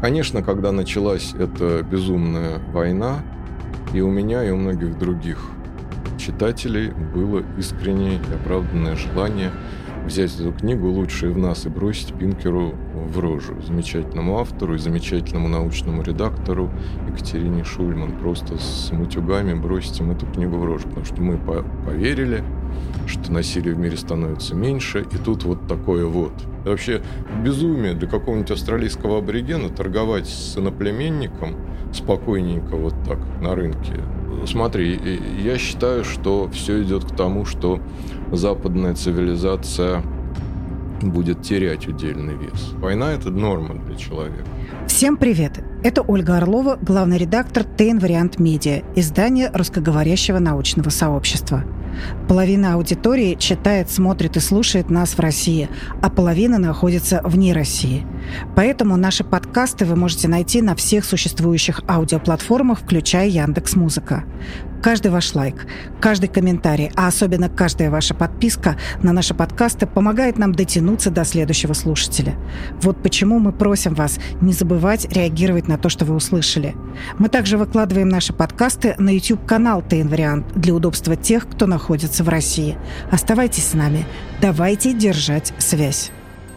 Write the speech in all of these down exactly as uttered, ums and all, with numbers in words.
Конечно, когда началась эта безумная война, и у меня, и у многих других читателей было искреннее и оправданное желание взять эту книгу «Лучшее в нас» и бросить Пинкеру в рожу. Замечательному автору и замечательному научному редактору Екатерине Шульман. Просто с матюгами бросить им эту книгу в рожу. Потому что мы поверили, что насилия в мире становится меньше, и тут вот такое вот. И вообще безумие для какого-нибудь австралийского аборигена торговать с иноплеменником спокойненько вот так на рынке. Смотри, я считаю, что все идет к тому, что западная цивилизация будет терять удельный вес. Война – это норма для человека. Всем привет! Это Ольга Орлова, главный редактор ТН-Вариант Медиа, издание русскоговорящего научного сообщества. Половина аудитории читает, смотрит и слушает нас в России, а половина находится вне России. Поэтому наши подкасты вы можете найти на всех существующих аудиоплатформах, включая Яндекс.Музыка. Каждый ваш лайк, каждый комментарий, а особенно каждая ваша подписка на наши подкасты помогает нам дотянуться до следующего слушателя. Вот почему мы просим вас не забывать реагировать на то, что вы услышали. Мы также выкладываем наши подкасты на YouTube-канал ТН-Вариант для удобства тех, кто находится в России. Оставайтесь с нами. Давайте держать связь.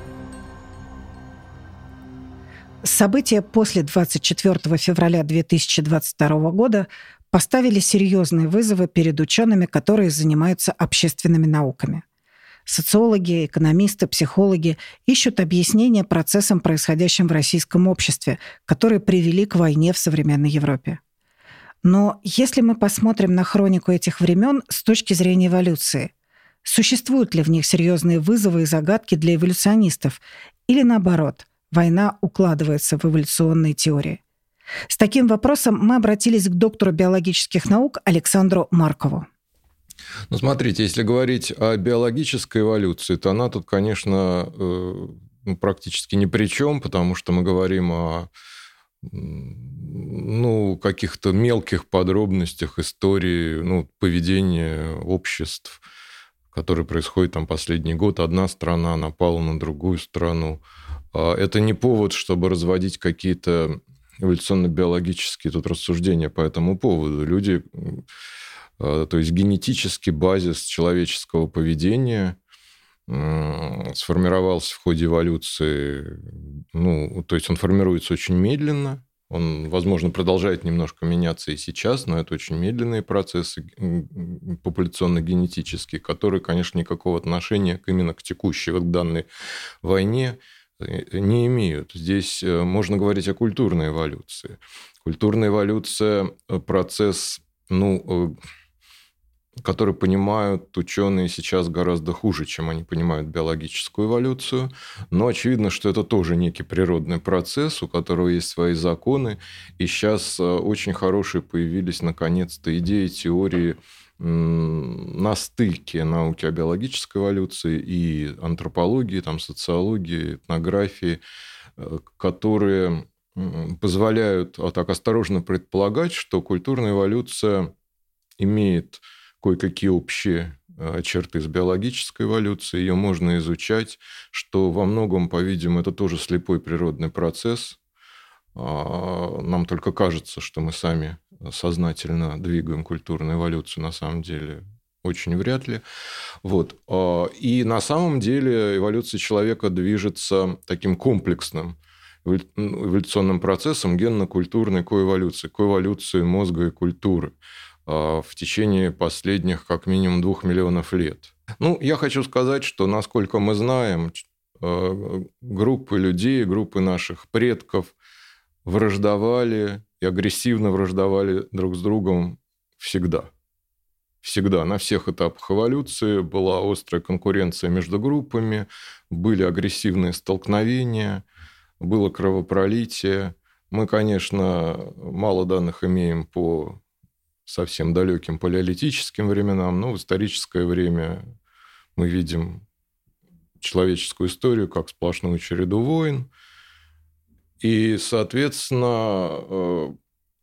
События после двадцать четвёртого февраля две тысячи двадцать второго года поставили серьезные вызовы перед учеными, которые занимаются общественными науками. Социологи, экономисты, психологи ищут объяснения процессам, происходящим в российском обществе, которые привели к войне в современной Европе. Но если мы посмотрим на хронику этих времен с точки зрения эволюции, существуют ли в них серьезные вызовы и загадки для эволюционистов, или наоборот, война укладывается в эволюционные теории? С таким вопросом мы обратились к доктору биологических наук Александру Маркову. Ну, смотрите, если говорить о биологической эволюции, то она тут, конечно, практически ни при чем, потому что мы говорим о ну, каких-то мелких подробностях истории, ну, поведения обществ, которые происходят там последний год. Одна страна напала на другую страну. Это не повод, чтобы разводить какие-то эволюционно-биологические тут рассуждения по этому поводу. Люди, то есть генетический базис человеческого поведения сформировался в ходе эволюции, ну, то есть он формируется очень медленно, он, возможно, продолжает немножко меняться и сейчас, но это очень медленные процессы популяционно-генетические, которые, конечно, никакого отношения именно к текущей, вот к данной войне не имеют. Здесь можно говорить о культурной эволюции. Культурная эволюция – процесс, ну, который понимают ученые сейчас гораздо хуже, чем они понимают биологическую эволюцию. Но очевидно, что это тоже некий природный процесс, у которого есть свои законы. И сейчас очень хорошие появились, наконец-то, идеи, теории на стыке науки о биологической эволюции и антропологии, там, социологии, этнографии, которые позволяют а так осторожно предполагать, что культурная эволюция имеет кое-какие общие черты с биологической эволюцией, ее можно изучать, что во многом, по-видимому, это тоже слепой природный процесс. Нам только кажется, что мы сами сознательно двигаем культурную эволюцию, на самом деле очень вряд ли. Вот. И на самом деле эволюция человека движется таким комплексным эволюционным процессом генно-культурной коэволюции, коэволюции мозга и культуры в течение последних как минимум двух миллионов лет. Ну, я хочу сказать, что, насколько мы знаем, группы людей, группы наших предков враждовали и агрессивно враждовали друг с другом всегда. Всегда. На всех этапах эволюции была острая конкуренция между группами, были агрессивные столкновения, было кровопролитие. Мы, конечно, мало данных имеем по совсем далеким палеолитическим временам, но в историческое время мы видим человеческую историю как сплошную череду войн. И, соответственно,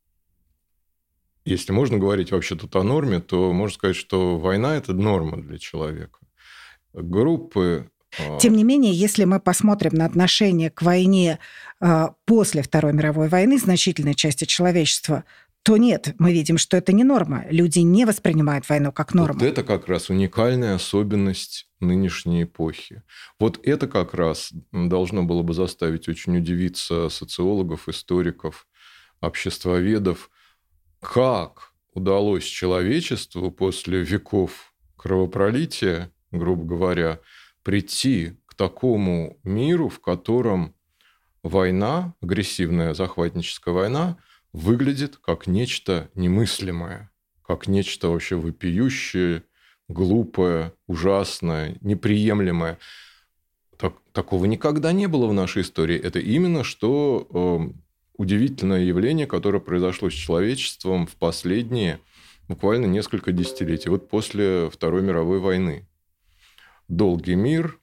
если можно говорить вообще тут о норме, то можно сказать, что война – это норма для человека. Группы Тем не менее, если мы посмотрим на отношение к войне после Второй мировой войны значительной части человечества, то нет, мы видим, что это не норма. Люди не воспринимают войну как норму. Вот это как раз уникальная особенность нынешней эпохи. Вот это как раз должно было бы заставить очень удивиться социологов, историков, обществоведов, как удалось человечеству после веков кровопролития, грубо говоря, прийти к такому миру, в котором война, агрессивная захватническая война, выглядит как нечто немыслимое, как нечто вообще вопиющее, глупое, ужасное, неприемлемое. Так, такого никогда не было в нашей истории. Это именно что э, удивительное явление, которое произошло с человечеством в последние буквально несколько десятилетий, вот после Второй мировой войны. Долгий мир,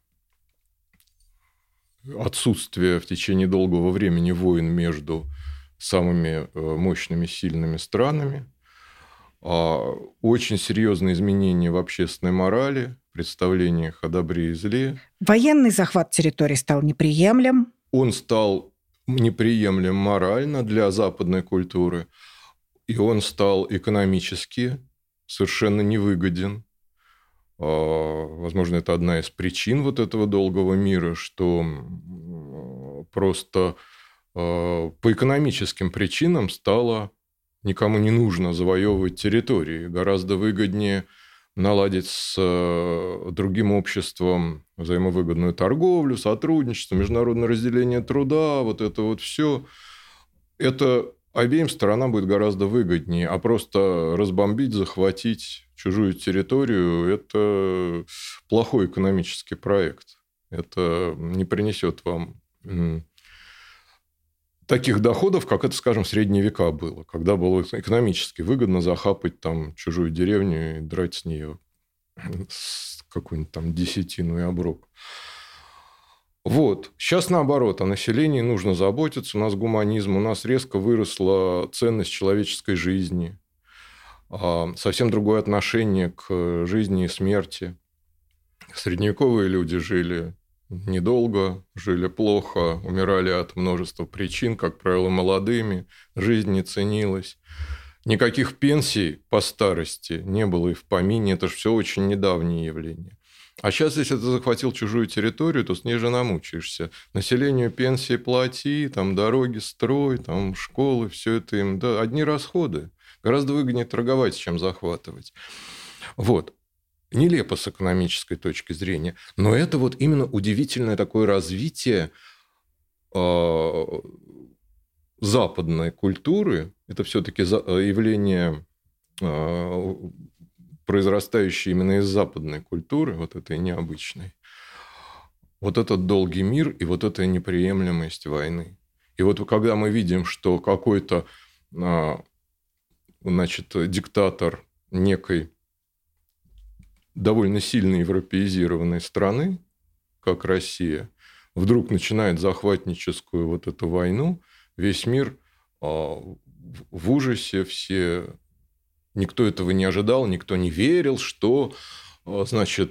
отсутствие в течение долгого времени войн между самыми мощными, сильными странами, очень серьезные изменения в общественной морали, представлениях о добре и зле. Военный захват территорий стал неприемлем. Он стал неприемлем морально для западной культуры, и он стал экономически совершенно невыгоден. Возможно, это одна из причин вот этого долгого мира, что просто по экономическим причинам стало никому не нужно завоевывать территории. Гораздо выгоднее наладить с другим обществом взаимовыгодную торговлю, сотрудничество, международное разделение труда, вот это вот все. Это обеим сторонам будет гораздо выгоднее, а просто разбомбить, захватить чужую территорию – это плохой экономический проект. Это не принесет вам таких доходов, как это, скажем, в средние века было, когда было экономически выгодно захапать там чужую деревню и драть с нее какую-нибудь там десятину и оброк. Вот. Сейчас наоборот, о населении нужно заботиться, у нас гуманизм, у нас резко выросла ценность человеческой жизни, совсем другое отношение к жизни и смерти. Средневековые люди жили недолго, жили плохо, умирали от множества причин, как правило, молодыми, жизнь не ценилась. Никаких пенсий по старости не было и в помине, это же все очень недавнее явление. А сейчас, если ты захватил чужую территорию, то с ней же намучаешься. Населению пенсии плати, там дороги строй, там школы, все это им, да, одни расходы. Гораздо выгоднее торговать, чем захватывать. Вот. Нелепо с экономической точки зрения. Но это вот именно удивительное такое развитие э, западной культуры. Это все-таки явление, э, произрастающее именно из западной культуры, вот этой необычной. Вот этот долгий мир и вот эта неприемлемость войны. И вот когда мы видим, что какой-то э, значит, диктатор некой довольно сильно европеизированной страны, как Россия, вдруг начинает захватническую вот эту войну, весь мир в ужасе, все, никто этого не ожидал, никто не верил, что, значит,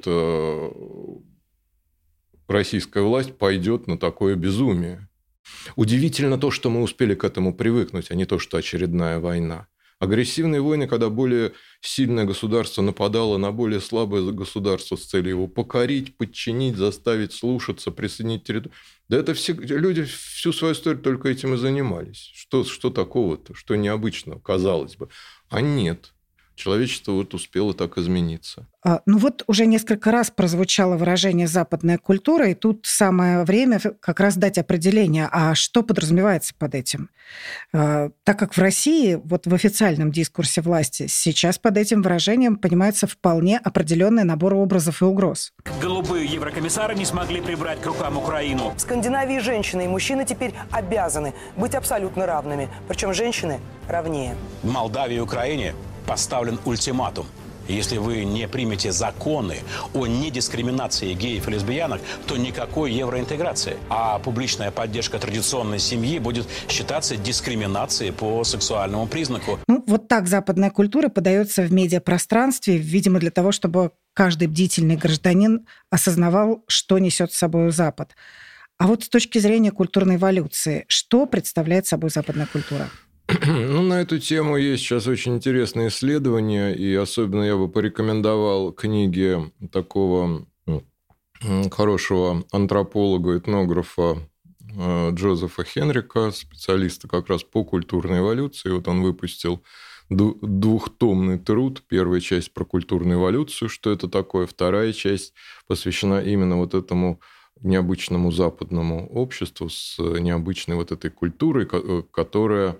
российская власть пойдет на такое безумие. Удивительно то, что мы успели к этому привыкнуть, а не то, что очередная война. Агрессивные войны, когда более сильное государство нападало на более слабое государство с целью его покорить, подчинить, заставить слушаться, присоединить территорию. Да это все, люди всю свою историю только этим и занимались. Что, что такого-то, что необычного, казалось бы. А нет. Человечество вот успело так измениться. А, ну вот уже несколько раз прозвучало выражение «западная культура», и тут самое время как раз дать определение, а что подразумевается под этим. А, так как в России, вот в официальном дискурсе власти, сейчас под этим выражением понимается вполне определенный набор образов и угроз. Голубые еврокомиссары не смогли прибрать к рукам Украину. В Скандинавии женщины и мужчины теперь обязаны быть абсолютно равными. Причем женщины равнее. В Молдавии и Украине поставлен ультиматум. Если вы не примете законы о недискриминации геев и лесбиянок, то никакой евроинтеграции. А публичная поддержка традиционной семьи будет считаться дискриминацией по сексуальному признаку. Ну, вот так западная культура подается в медиапространстве, видимо, для того, чтобы каждый бдительный гражданин осознавал, что несет с собой Запад. А вот с точки зрения культурной эволюции, что представляет собой западная культура? Ну, на эту тему есть сейчас очень интересные исследования, и особенно я бы порекомендовал книги такого хорошего антрополога, этнографа Джозефа Хенрика, специалиста как раз по культурной эволюции. Вот он выпустил двухтомный труд. Первая часть про культурную эволюцию, что это такое. Вторая часть посвящена именно вот этому необычному западному обществу с необычной вот этой культурой, которая...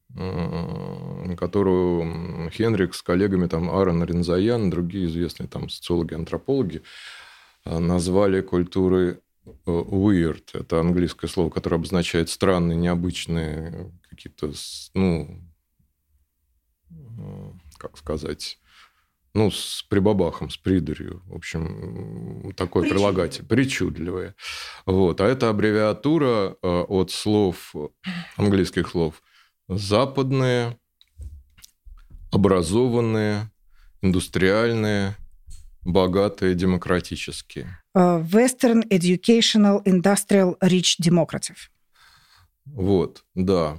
которую Хенрик с коллегами, там, Аарон Рензаян, другие известные там, социологи, антропологи, назвали культурой weird. Это английское слово, которое обозначает странные, необычные, какие-то, ну, как сказать, ну, с прибабахом, с придурью. В общем, такой прилагательное. Причудливое. Вот. А это аббревиатура от слов, английских слов, западные, образованные, индустриальные, богатые, демократические. Western Educational Industrial Rich Democratic. Вот, да.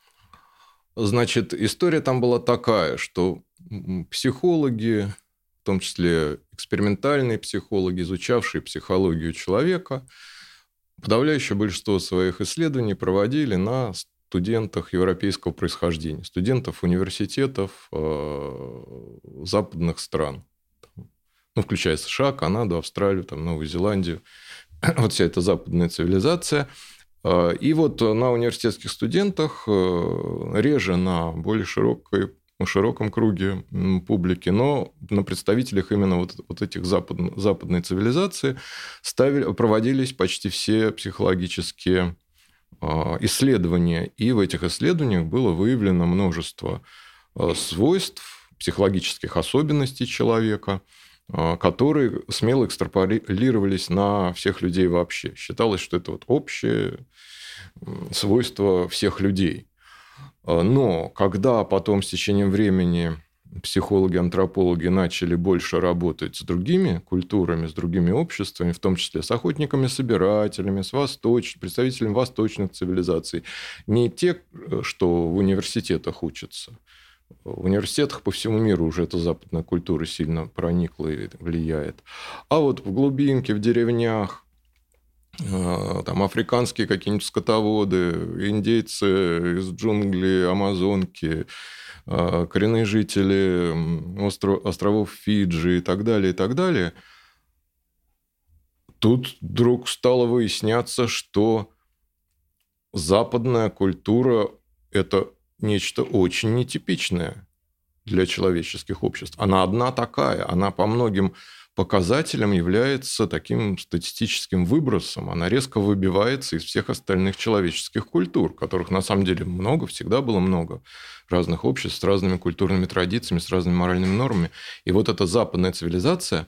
Значит, история там была такая, что психологи, в том числе экспериментальные психологи, изучавшие психологию человека, подавляющее большинство своих исследований проводили на студентах европейского происхождения, студентов университетов э, западных стран, ну, включая США, Канаду, Австралию, там, Новую Зеландию, вот вся эта западная цивилизация. И вот на университетских студентах, реже на более широкой, широком круге публики, но на представителях именно вот, вот этих запад, западной цивилизации ставили, проводились почти все психологические исследования. И в этих исследованиях было выявлено множество свойств, психологических особенностей человека, которые смело экстраполировались на всех людей вообще. Считалось, что это вот общее свойство всех людей. Но когда потом с течением времени психологи, антропологи начали больше работать с другими культурами, с другими обществами, в том числе с охотниками-собирателями, с восточ... представителями восточных цивилизаций, не те, что в университетах учатся. В университетах по всему миру уже эта западная культура сильно проникла и влияет. А вот в глубинке, в деревнях, там африканские какие-нибудь скотоводы, индейцы из джунглей, Амазонки, коренные жители остров, островов Фиджи и так далее, и так далее, тут вдруг стало выясняться, что западная культура – это нечто очень нетипичное для человеческих обществ. Она одна такая, она по многим показателям является таким статистическим выбросом. Она резко выбивается из всех остальных человеческих культур, которых на самом деле много, всегда было много разных обществ с разными культурными традициями, с разными моральными нормами. И вот эта западная цивилизация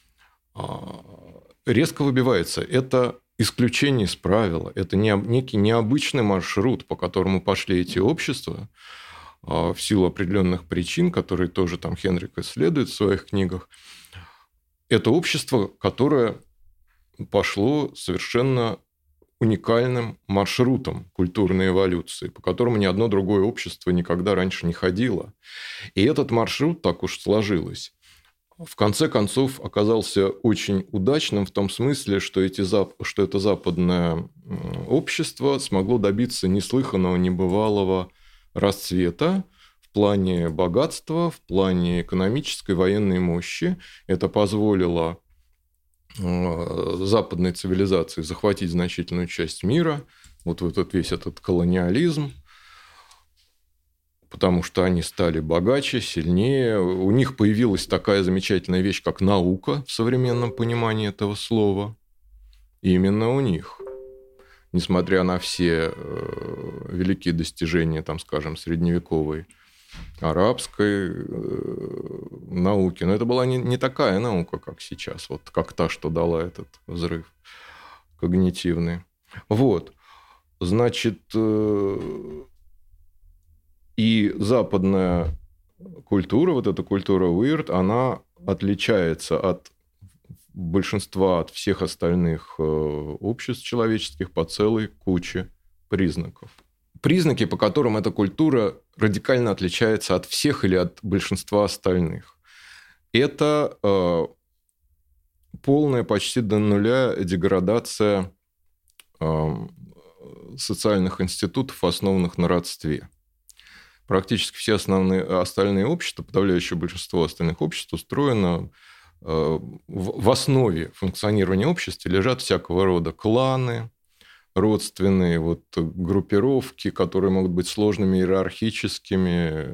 резко выбивается. Это исключение из правила. Это некий необычный маршрут, по которому пошли эти общества в силу определенных причин, которые тоже там Хенрик исследует в своих книгах. Это общество, которое пошло совершенно уникальным маршрутом культурной эволюции, по которому ни одно другое общество никогда раньше не ходило. И этот маршрут, так уж сложилось, в конце концов оказался очень удачным в том смысле, что, эти, что это западное общество смогло добиться неслыханного, небывалого расцвета в плане богатства, в плане экономической, военной мощи. Это позволило западной цивилизации захватить значительную часть мира, вот этот весь этот колониализм, потому что они стали богаче, сильнее. У них появилась такая замечательная вещь, как наука в современном понимании этого слова. Именно у них. Несмотря на все великие достижения, там, скажем, средневековой арабской науки. Но это была не, не такая наука, как сейчас, вот как та, что дала этот взрыв когнитивный. Вот. Значит, и западная культура, вот эта культура weird, она отличается от большинства от всех остальных обществ человеческих по целой куче признаков. Признаки, по которым эта культура радикально отличается от всех или от большинства остальных. Это э, полная почти до нуля деградация э, социальных институтов, основанных на родстве. Практически все основные, остальные общества, подавляющее большинство остальных обществ устроено э, в, в основе функционирования общества лежат всякого рода кланы, родственные вот группировки, которые могут быть сложными, иерархическими,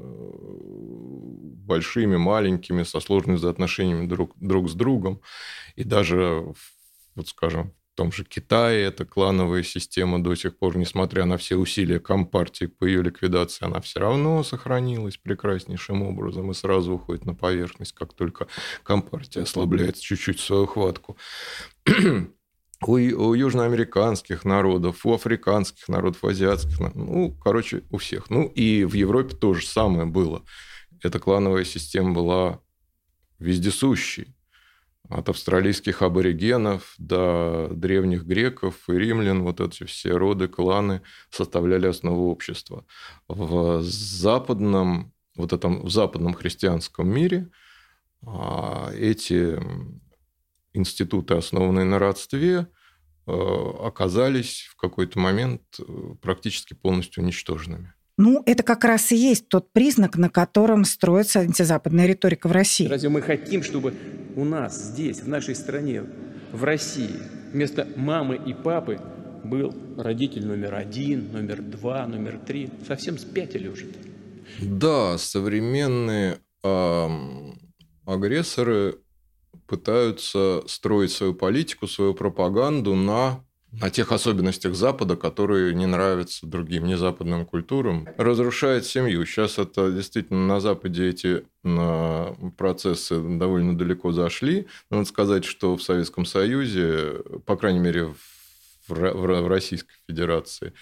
большими, маленькими, со сложными взаимоотношениями друг, друг с другом. И даже, вот скажем, в том же Китае эта клановая система до сих пор, несмотря на все усилия Компартии по ее ликвидации, она все равно сохранилась прекраснейшим образом и сразу уходит на поверхность, как только Компартия ослабляет чуть-чуть свою хватку. У, у южноамериканских народов, у африканских народов, у азиатских, ну, короче, у всех. Ну, и в Европе то же самое было. Эта клановая система была вездесущей. От австралийских аборигенов до древних греков и римлян, вот эти все роды, кланы составляли основу общества. В западном, вот этом, в западном христианском мире эти институты, основанные на родстве, оказались в какой-то момент практически полностью уничтоженными. Ну, это как раз и есть тот признак, на котором строится антизападная риторика в России. Разве мы хотим, чтобы у нас здесь, в нашей стране, в России, вместо мамы и папы был родитель номер один, номер два, номер три? Совсем спятили уже. Да, современные э, агрессоры пытаются строить свою политику, свою пропаганду на, на тех особенностях Запада, которые не нравятся другим незападным культурам. Разрушает семью. Сейчас это действительно на Западе эти процессы довольно далеко зашли. Надо сказать, что в Советском Союзе, по крайней мере, в, в, в Российской Федерации,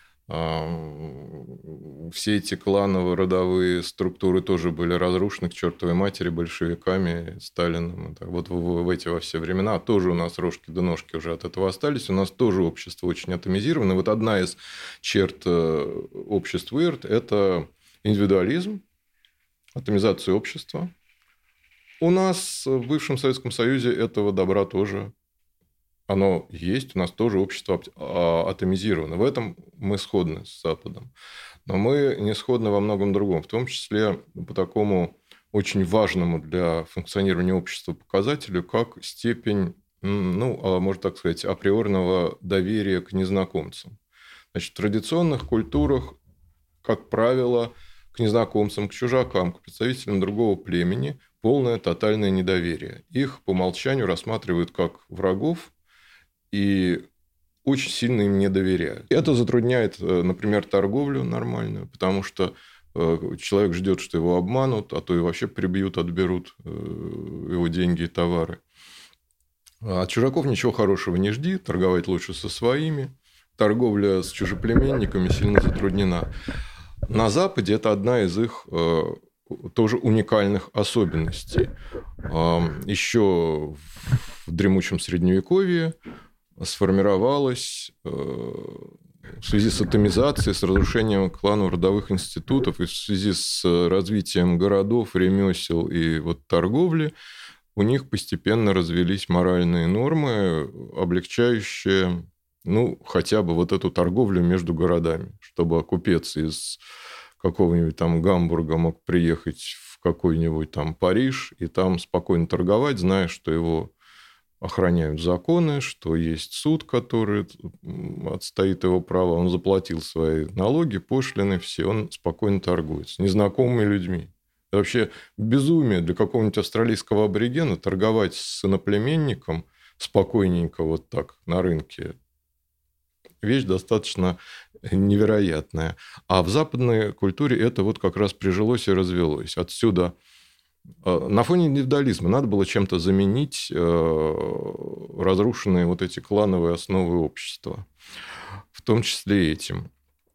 все эти кланово-родовые структуры тоже были разрушены к чертовой матери большевиками, Сталиным. Вот в, в эти во все времена тоже у нас рожки да ножки уже от этого остались. У нас тоже общество очень атомизировано. Вот одна из черт общества ИРТ – это индивидуализм, атомизация общества. У нас в бывшем Советском Союзе этого добра тоже оно есть, у нас тоже общество атомизировано. В этом мы сходны с Западом. Но мы не сходны во многом другом, в том числе по такому очень важному для функционирования общества показателю, как степень, ну, можно так сказать, априорного доверия к незнакомцам. Значит, в традиционных культурах, как правило, к незнакомцам, к чужакам, к представителям другого племени полное тотальное недоверие. Их по умолчанию рассматривают как врагов, и очень сильно им не доверяют. Это затрудняет, например, торговлю нормальную, потому что человек ждет, что его обманут, а то и вообще прибьют, отберут его деньги и товары. От чужаков ничего хорошего не жди, торговать лучше со своими. Торговля с чужеплеменниками сильно затруднена. На Западе это одна из их тоже уникальных особенностей. Еще в дремучем Средневековье сформировалась в связи с атомизацией, с разрушением кланово-родовых институтов и в связи с развитием городов, ремесел и вот торговли, у них постепенно развились моральные нормы, облегчающие, ну, хотя бы вот эту торговлю между городами, чтобы купец из какого-нибудь там Гамбурга мог приехать в какой-нибудь там Париж и там спокойно торговать, зная, что его охраняют законы, что есть суд, который отстоит его права, он заплатил свои налоги, пошлины, все, он спокойно торгует с незнакомыми людьми. Это вообще безумие для какого-нибудь австралийского аборигена торговать с иноплеменником спокойненько вот так на рынке. Вещь достаточно невероятная. А в западной культуре это вот как раз прижилось и развелось. Отсюда на фоне индивидуализма надо было чем-то заменить разрушенные вот эти клановые основы общества. В том числе этим.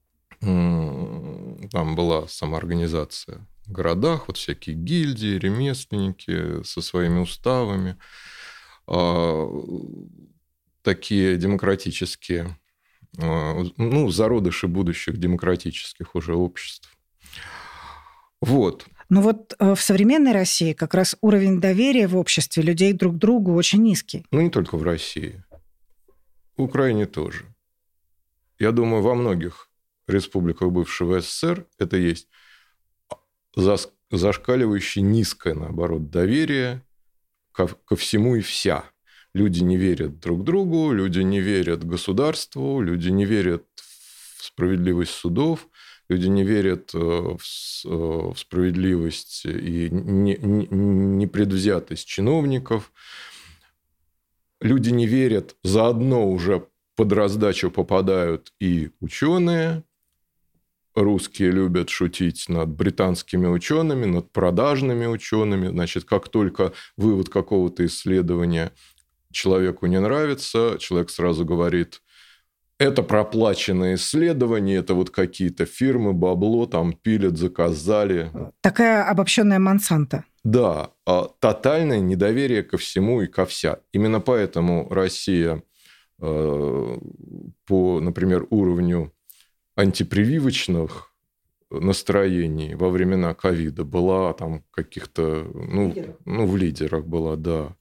Там была самоорганизация в городах, вот всякие гильдии, ремесленники со своими уставами. такие демократические, ну, зародыши будущих демократических уже обществ. Вот. Но вот в современной России как раз уровень доверия в обществе людей друг к другу очень низкий. Ну, не только в России. В Украине тоже. Я думаю, во многих республиках бывшего СССР это есть зашкаливающее низкое, наоборот, доверие ко, ко всему и вся. Люди не верят друг другу, люди не верят государству, люди не верят в справедливость судов, люди не верят в справедливость и непредвзятость чиновников. Люди не верят, заодно уже под раздачу попадают и ученые. Русские любят шутить над британскими учеными, над продажными учеными. Значит, как только вывод какого-то исследования человеку не нравится, человек сразу говорит: это проплаченное исследование, это вот какие-то фирмы, бабло там пилят, заказали. Такая обобщенная Монсанто. Да, тотальное недоверие ко всему и ко вся. Именно поэтому Россия по, например, уровню антипрививочных настроений во времена ковида была там каких-то... Ну, ну, в лидерах была, да.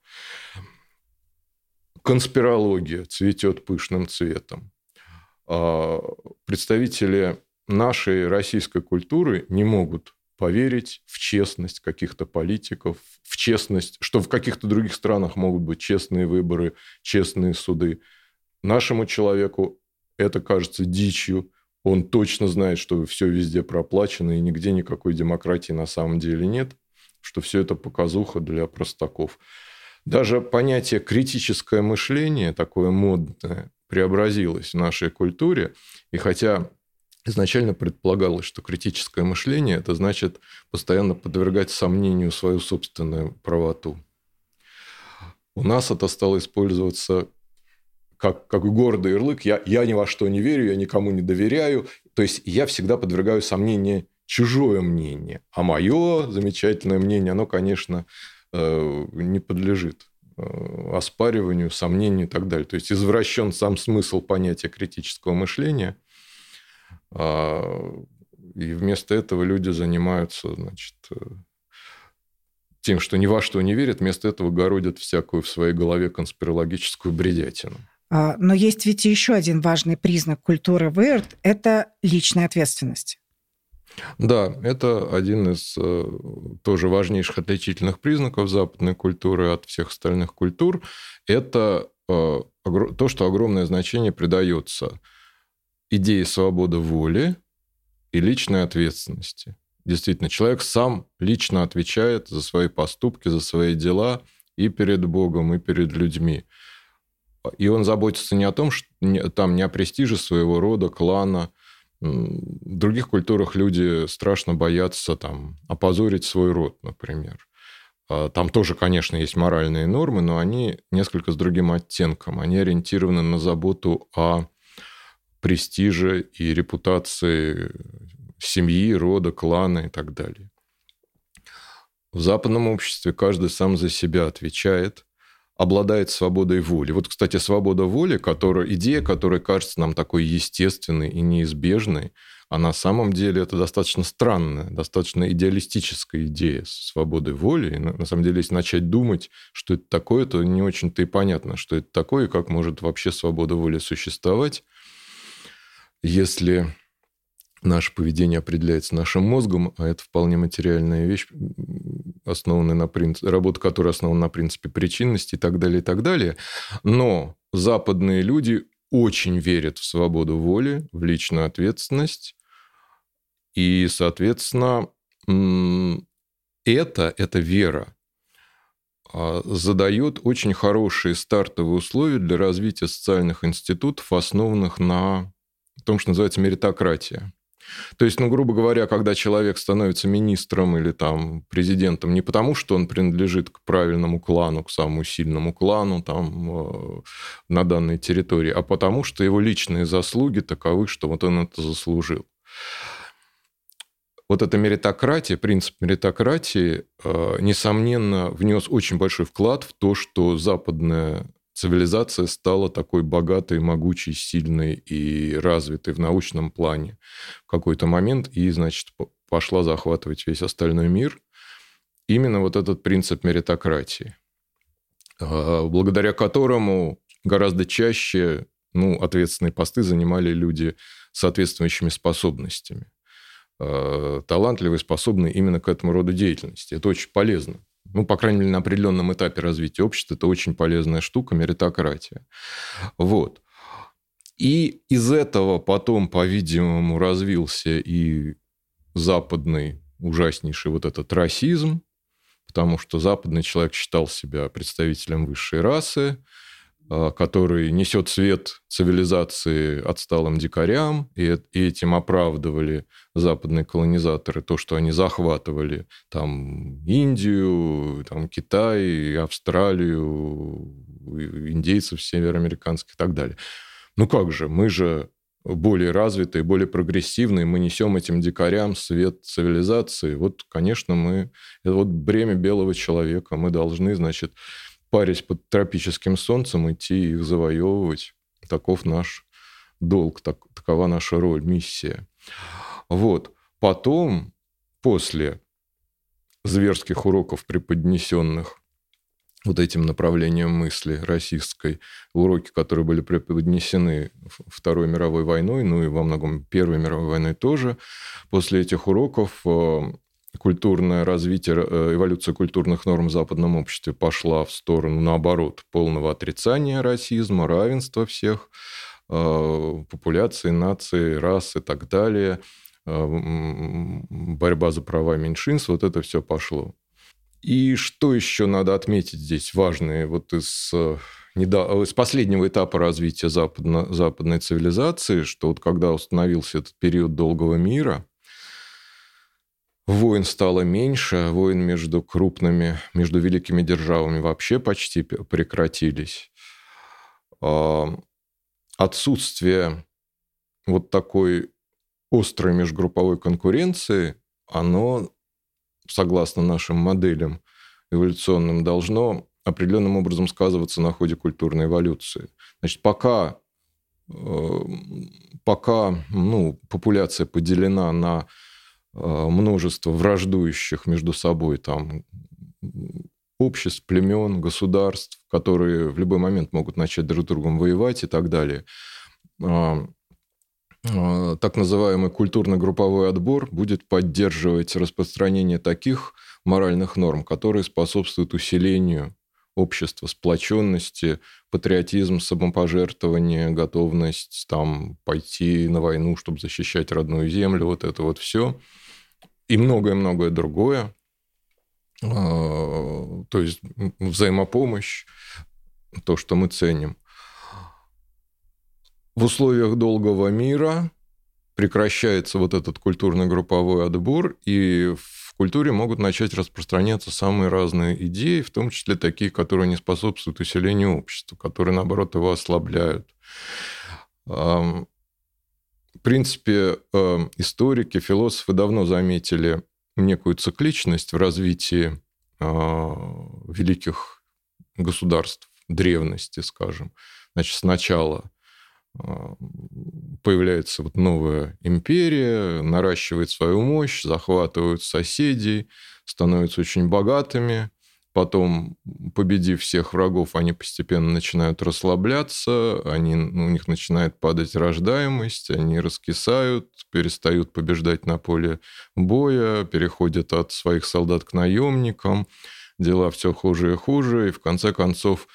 Конспирология цветет пышным цветом. Представители нашей российской культуры не могут поверить в честность каких-то политиков, в честность, что в каких-то других странах могут быть честные выборы, честные суды. Нашему человеку это кажется дичью. Он точно знает, что все везде проплачено, и нигде никакой демократии на самом деле нет, что все это показуха для простаков. Даже понятие критическое мышление, такое модное, преобразилось в нашей культуре. И хотя изначально предполагалось, что критическое мышление – это значит постоянно подвергать сомнению свою собственную правоту, у нас это стало использоваться как, как гордый ярлык. Я, я ни во что не верю, я никому не доверяю. То есть я всегда подвергаю сомнению чужое мнение. А мое замечательное мнение, оно, конечно, не подлежит оспариванию, сомнению и так далее. То есть извращен сам смысл понятия критического мышления. И вместо этого люди занимаются, значит, тем, что ни во что не верят, вместо этого городят всякую в своей голове конспирологическую бредятину. Но есть ведь еще один важный признак культуры Weird – это личная ответственность. Да, это один из тоже важнейших отличительных признаков западной культуры от всех остальных культур. Это то, что огромное значение придается идее свободы воли и личной ответственности. Действительно, человек сам лично отвечает за свои поступки, за свои дела и перед Богом, и перед людьми. И он заботится не о том, что там не о престиже своего рода, клана. В других культурах люди страшно боятся там опозорить свой род, например. Там тоже, конечно, есть моральные нормы, но они несколько с другим оттенком. Они ориентированы на заботу о престиже и репутации семьи, рода, клана и так далее. В западном обществе каждый сам за себя отвечает, обладает свободой воли. Вот, кстати, свобода воли, которая, идея, которая кажется нам такой естественной и неизбежной, а на самом деле это достаточно странная, достаточно идеалистическая идея свободы воли. И на самом деле, если начать думать, что это такое, то не очень-то и понятно, что это такое, и как может вообще свобода воли существовать, если наше поведение определяется нашим мозгом, а это вполне материальная вещь, основанная на принципе, работа которой основана на принципе причинности и так далее, и так далее. Но западные люди очень верят в свободу воли, в личную ответственность. И, соответственно, это, эта вера задает очень хорошие стартовые условия для развития социальных институтов, основанных на том, что называется меритократия. То есть, ну, грубо говоря, когда человек становится министром или там президентом не потому, что он принадлежит к правильному клану, к самому сильному клану там, на данной территории, а потому, что его личные заслуги таковы, что вот он это заслужил. вот эта меритократия, принцип меритократии, несомненно, внес очень большой вклад в то, что западная цивилизация стала такой богатой, могучей, сильной и развитой в научном плане в какой-то момент и, значит, пошла захватывать весь остальной мир. Именно вот этот принцип меритократии, благодаря которому гораздо чаще ну, ответственные посты занимали люди с соответствующими способностями. Талантливые, способные именно к этому роду деятельности. Это очень полезно. Ну, по крайней мере, на определенном этапе развития общества это очень полезная штука, меритократия. Вот. И из этого потом, по-видимому, развился и западный ужаснейший вот этот расизм, потому что западный человек считал себя представителем высшей расы, который несет свет цивилизации отсталым дикарям, и этим оправдывали западные колонизаторы то, что они захватывали там Индию, там Китай, Австралию, индейцев североамериканских и так далее. Ну как же, мы же более развитые, более прогрессивные, мы несем этим дикарям свет цивилизации. Вот, конечно, мы... Это вот бремя белого человека. Мы должны, значит, парясь под тропическим солнцем, идти их завоевывать. Таков наш долг, так, такова наша роль, миссия. Вот. Потом, после зверских уроков, преподнесенных вот этим направлением мысли расистской, уроки, которые были преподнесены Второй мировой войной, ну и во многом Первой мировой войной тоже, после этих уроков культурное развитие, эволюция культурных норм в западном обществе пошла в сторону, наоборот, полного отрицания расизма, равенства всех популяций, наций, рас и так далее, борьба за права меньшинств, вот это все пошло. И что еще надо отметить здесь важное вот из, из последнего этапа развития западно, западной цивилизации, что вот когда установился этот период долгого мира, войн стало меньше, войн между крупными, между великими державами вообще почти прекратились. Отсутствие вот такой острой межгрупповой конкуренции, оно, согласно нашим моделям эволюционным, должно определенным образом сказываться на ходе культурной эволюции. Значит, пока, пока ну, популяция поделена на множество враждующих между собой там, обществ, племен, государств, которые в любой момент могут начать друг с другом воевать и так далее, так называемый культурно-групповой отбор будет поддерживать распространение таких моральных норм, которые способствуют усилению общества, сплоченности, патриотизм, самопожертвование, готовность там, пойти на войну, чтобы защищать родную землю, вот это вот все. И многое-многое другое. То есть взаимопомощь, то, что мы ценим. В условиях долгого мира прекращается вот этот культурно-групповой отбор, и в культуре могут начать распространяться самые разные идеи, в том числе такие, которые не способствуют усилению общества, которые, наоборот, его ослабляют. В принципе, историки, философы давно заметили некую цикличность в развитии великих государств древности, скажем. Значит, сначала появляется вот новая империя, наращивает свою мощь, захватывают соседей, становятся очень богатыми. Потом, победив всех врагов, они постепенно начинают расслабляться, они, ну, у них начинает падать рождаемость, они раскисают, перестают побеждать на поле боя, переходят от своих солдат к наемникам, дела все хуже и хуже, и в конце концов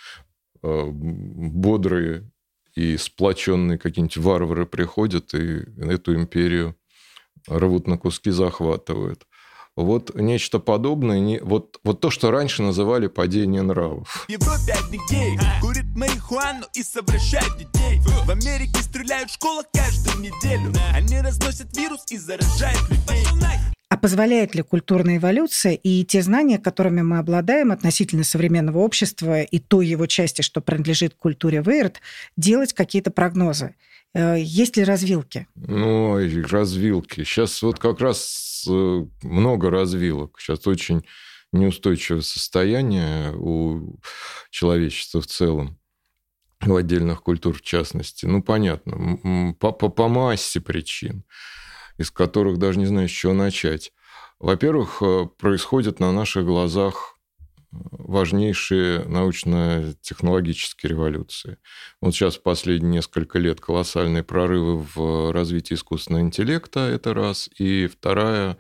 бодрые и сплоченные какие-нибудь варвары приходят и эту империю рвут на куски, захватывают. Вот нечто подобное, не, вот, вот то, что раньше называли падение нравов. В Европе одни геи курят марихуану и совращают детей. В Америке стреляют в школах каждую неделю. Они разносят вирус и заражают людей. А позволяет ли культурная эволюция и те знания, которыми мы обладаем относительно современного общества и той его части, что принадлежит культуре Вейерт, делать какие-то прогнозы? Есть ли развилки? Ну, развилки. Сейчас вот как раз много развилок. Сейчас очень неустойчивое состояние у человечества в целом, у отдельных культур в частности. Ну, понятно, по, по, по массе причин, из которых даже не знаю, с чего начать. Во-первых, происходят на наших глазах важнейшие научно-технологические революции. Вот сейчас в последние несколько лет колоссальные прорывы в развитии искусственного интеллекта, это раз. И вторая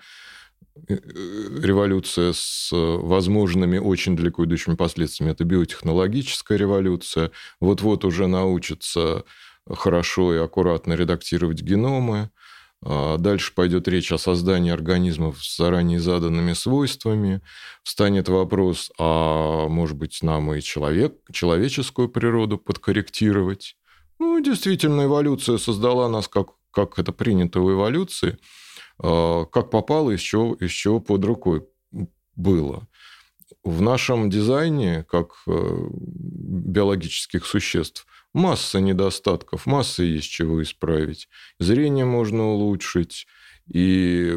революция с возможными очень далеко идущими последствиями – это биотехнологическая революция. Вот-вот уже научатся хорошо и аккуратно редактировать геномы. Дальше пойдет речь о создании организмов с заранее заданными свойствами. Встанет вопрос, а может быть, нам и человек, человеческую природу подкорректировать? Ну, действительно, эволюция создала нас, как, как это принято в эволюции, как попало, из чего, из чего под рукой было. В нашем дизайне, как биологических существ, масса недостатков, масса есть чего исправить. Зрение можно улучшить, и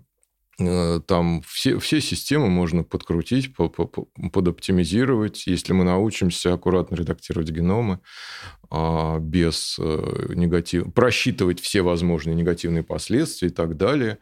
там все, все системы можно подкрутить, подоптимизировать, если мы научимся аккуратно редактировать геномы без негатив... просчитывать все возможные негативные последствия и так далее.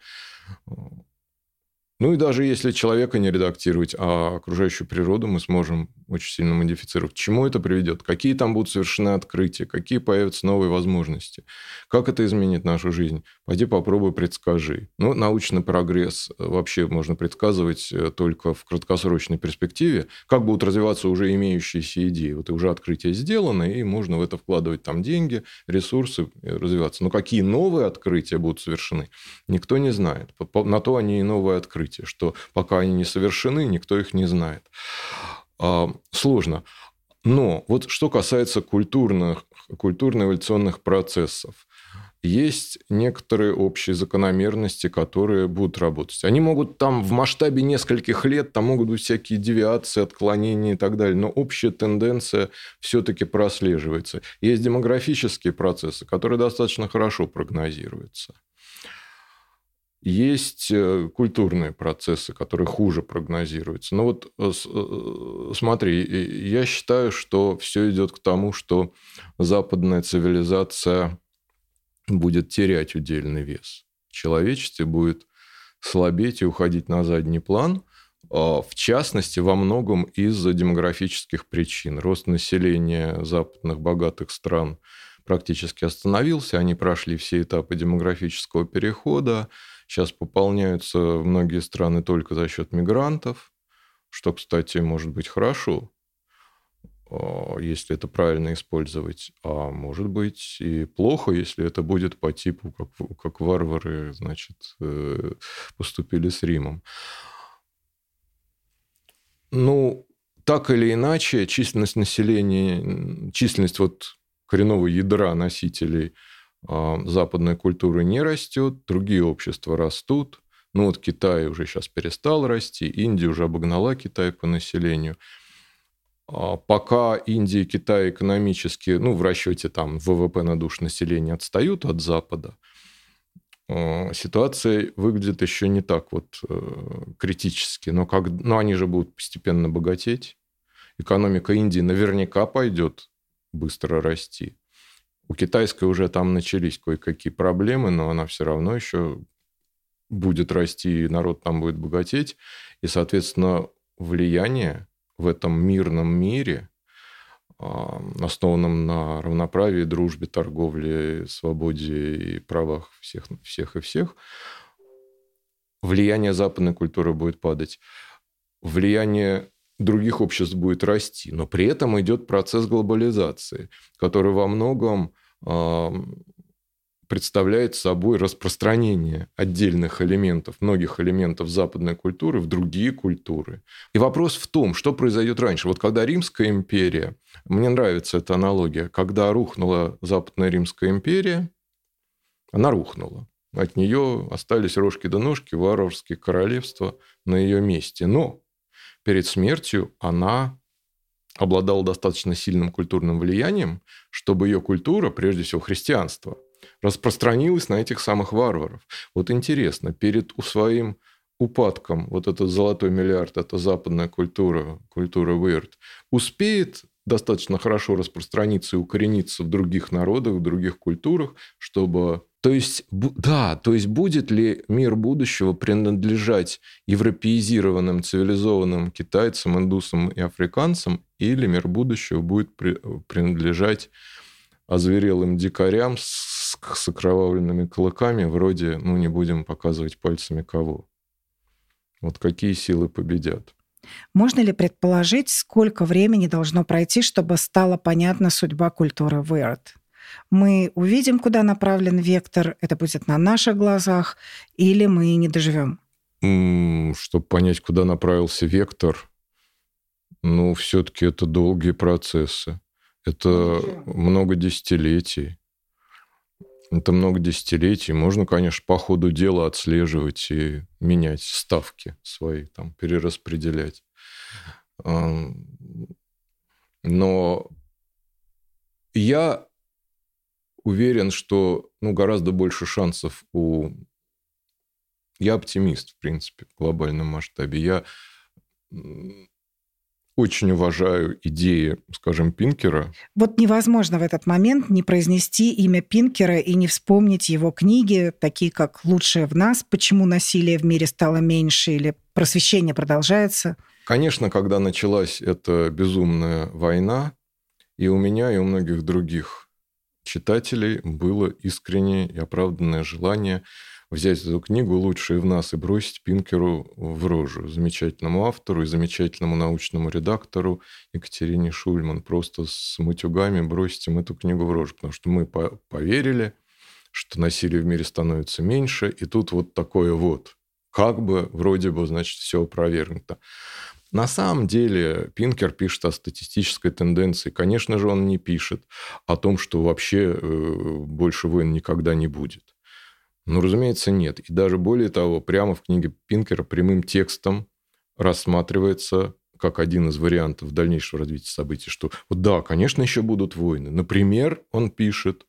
Ну и даже если человека не редактировать, а окружающую природу мы сможем очень сильно модифицировать. К чему это приведет? Какие там будут совершены открытия? Какие появятся новые возможности? Как это изменит нашу жизнь? Пойди попробуй, предскажи. Ну, научный прогресс вообще можно предсказывать только в краткосрочной перспективе. Как будут развиваться уже имеющиеся идеи? Вот и уже открытия сделаны, и можно в это вкладывать там деньги, ресурсы, развиваться. Но какие новые открытия будут совершены, никто не знает. На то они и новые открытия, что пока они не совершены, никто их не знает. Сложно. Но вот что касается культурных, культурно-эволюционных процессов, есть некоторые общие закономерности, которые будут работать. Они могут там в масштабе нескольких лет, там могут быть всякие девиации, отклонения и так далее, но общая тенденция все-таки прослеживается. Есть демографические процессы, которые достаточно хорошо прогнозируются. Есть культурные процессы, которые хуже прогнозируются. Но вот смотри, я считаю, что все идет к тому, что западная цивилизация будет терять удельный вес. Человечество будет слабеть и уходить на задний план, в частности, во многом из-за демографических причин. Рост населения западных богатых стран практически остановился, они прошли все этапы демографического перехода. Сейчас пополняются многие страны только за счет мигрантов, что, кстати, может быть хорошо, если это правильно использовать, а может быть и плохо, если это будет по типу, как, как варвары, значит, поступили с Римом. Ну, так или иначе, численность населения, численность вот коренного ядра носителей западной культуры не растет, другие общества растут. Ну, вот Китай уже сейчас перестал расти, Индия уже обогнала Китай по населению. Пока Индия и Китай экономически, ну, в расчете там ВВП на душу населения отстают от Запада, ситуация выглядит еще не так вот критически. Но, как, но они же будут постепенно богатеть. Экономика Индии наверняка пойдет быстро расти. У китайской уже там начались кое-какие проблемы, но она все равно еще будет расти, и народ там будет богатеть. И, соответственно, влияние в этом мирном мире, основанном на равноправии, дружбе, торговле, свободе и правах всех, всех и всех, влияние западной культуры будет падать. Влияние других обществ будет расти. Но при этом идет процесс глобализации, который во многом представляет собой распространение отдельных элементов, многих элементов западной культуры в другие культуры. И вопрос в том, что произойдет раньше. Вот когда Римская империя, мне нравится эта аналогия, когда рухнула Западная Римская империя, она рухнула. От нее остались рожки да ножки, варварские королевства на ее месте. Но перед смертью она обладала достаточно сильным культурным влиянием, чтобы ее культура, прежде всего христианство, распространилась на этих самых варваров. Вот интересно, перед своим упадком вот этот золотой миллиард, это западная культура, культура weird, успеет достаточно хорошо распространиться и укорениться в других народах, в других культурах, чтобы... То есть, да, то есть будет ли мир будущего принадлежать европеизированным, цивилизованным китайцам, индусам и африканцам, или мир будущего будет принадлежать озверелым дикарям с, с окровавленными клыками, вроде, ну, не будем показывать пальцами кого. Вот какие силы победят? Можно ли предположить, сколько времени должно пройти, чтобы стала понятна судьба культуры weird? Мы увидим, куда направлен вектор, это будет на наших глазах, или мы не доживем? Чтобы понять, куда направился вектор, ну, все-таки это долгие процессы. Это много десятилетий. Это много десятилетий. Можно, конечно, по ходу дела отслеживать и менять ставки свои, там, перераспределять. Но я уверен, что, ну, гораздо больше шансов у... Я оптимист, в принципе, в глобальном масштабе. Я очень уважаю идеи, скажем, Пинкера. Вот невозможно в этот момент не произнести имя Пинкера и не вспомнить его книги, такие как «Лучшее в нас», «Почему насилие в мире стало меньше» или «Просвещение продолжается». Конечно, когда началась эта безумная война, и у меня, и у многих других читателей было искреннее и оправданное желание взять эту книгу «Лучшее в нас» и бросить Пинкеру в рожу. Замечательному автору и замечательному научному редактору Екатерине Шульман. Просто с матюгами бросить им эту книгу в рожу. Потому что мы поверили, что насилие в мире становится меньше, и тут вот такое вот. Как бы, вроде бы, значит, все опровергнуто. На самом деле Пинкер пишет о статистической тенденции. Конечно же, он не пишет о том, что вообще больше войн никогда не будет. Ну, разумеется, нет. И даже более того, прямо в книге Пинкера прямым текстом рассматривается как один из вариантов дальнейшего развития событий, что вот да, конечно, еще будут войны. Например, он пишет,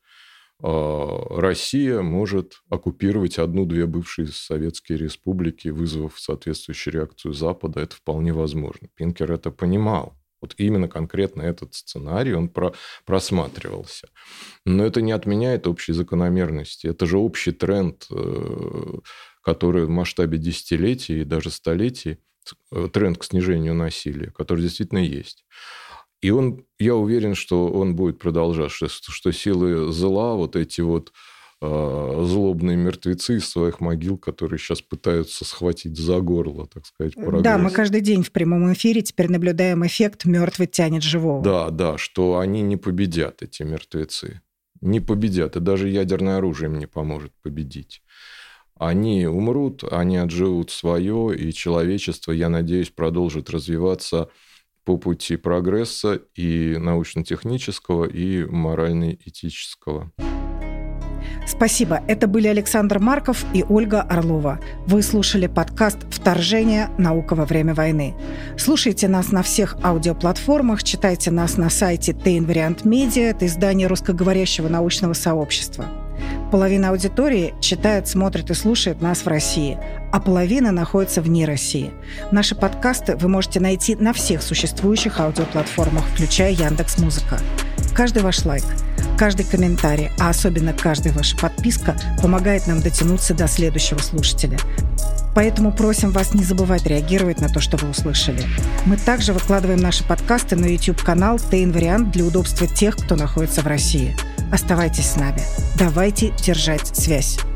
Россия может оккупировать одну-две бывшие советские республики, вызвав соответствующую реакцию Запада. Это вполне возможно. Пинкер это понимал. Вот именно конкретно этот сценарий, он про, просматривался. Но это не отменяет общей закономерности. Это же общий тренд, который в масштабе десятилетий и даже столетий, тренд к снижению насилия, который действительно есть. И он, я уверен, что он будет продолжать, что, что силы зла, вот эти вот злобные мертвецы из своих могил, которые сейчас пытаются схватить за горло, так сказать, прогресс. Да, мы каждый день в прямом эфире теперь наблюдаем эффект «мертвый тянет живого». Да, да, что они не победят, эти мертвецы. Не победят, и даже ядерное оружие им не поможет победить. Они умрут, они отживут свое, и человечество, я надеюсь, продолжит развиваться по пути прогресса и научно-технического, и морально-этического. Спасибо. Это были Александр Марков и Ольга Орлова. Вы слушали подкаст «Вторжение. Наука во время войны». Слушайте нас на всех аудиоплатформах, читайте нас на сайте Тейн-Вариант Медиа, это издание русскоговорящего научного сообщества. Половина аудитории читает, смотрит и слушает нас в России, а половина находится вне России. Наши подкасты вы можете найти на всех существующих аудиоплатформах, включая Яндекс.Музыка. Каждый ваш лайк, каждый комментарий, а особенно каждая ваша подписка помогает нам дотянуться до следующего слушателя. Поэтому просим вас не забывать реагировать на то, что вы услышали. Мы также выкладываем наши подкасты на YouTube-канал Тейн-Вариант для удобства тех, кто находится в России. Оставайтесь с нами. Давайте держать связь.